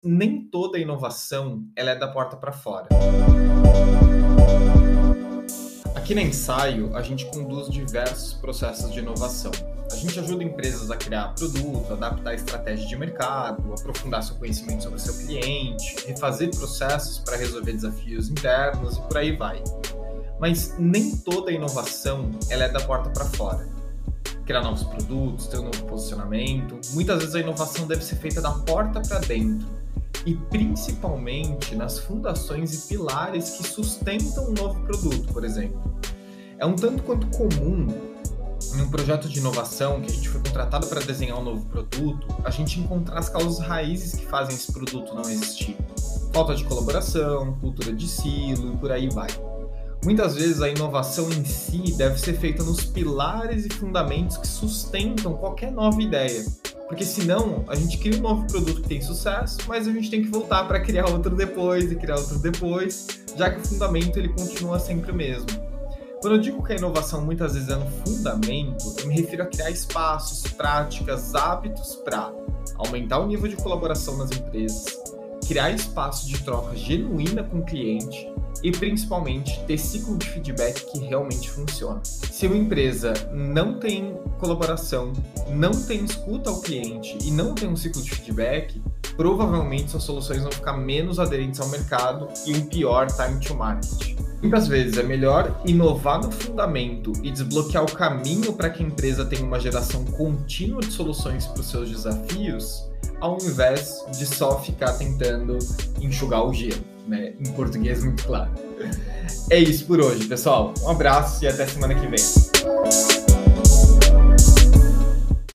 nem toda inovação ela é da porta para fora. Aqui na Ensaio, a gente conduz diversos processos de inovação. A gente ajuda empresas a criar produto, adaptar a estratégia de mercado, aprofundar seu conhecimento sobre o seu cliente, refazer processos para resolver desafios internos e por aí vai. Mas nem toda inovação ela é da porta para fora. Criar novos produtos, ter um novo posicionamento. Muitas vezes a inovação deve ser feita da porta para dentro e principalmente nas fundações e pilares que sustentam um novo produto, por exemplo. É um tanto quanto comum em um projeto de inovação que a gente foi contratado para desenhar um novo produto, a gente encontrar as causas raízes que fazem esse produto não existir. Falta de colaboração, cultura de silo e por aí vai. Muitas vezes a inovação em si deve ser feita nos pilares e fundamentos que sustentam qualquer nova ideia. Porque senão a gente cria um novo produto que tem sucesso, mas a gente tem que voltar para criar outro depois e criar outro depois, já que o fundamento ele continua sempre o mesmo. Quando eu digo que a inovação muitas vezes é no fundamento, eu me refiro a criar espaços, práticas, hábitos para aumentar o nível de colaboração nas empresas, criar espaço de troca genuína com o cliente e, principalmente, ter ciclo de feedback que realmente funciona. Se uma empresa não tem colaboração, não tem escuta ao cliente e não tem um ciclo de feedback, provavelmente suas soluções vão ficar menos aderentes ao mercado e um pior time to market. Muitas vezes é melhor inovar no fundamento e desbloquear o caminho para que a empresa tenha uma geração contínua de soluções para os seus desafios, ao invés de só ficar tentando enxugar o gelo, né? Em português muito claro. É isso por hoje, pessoal. Um abraço e até semana que vem.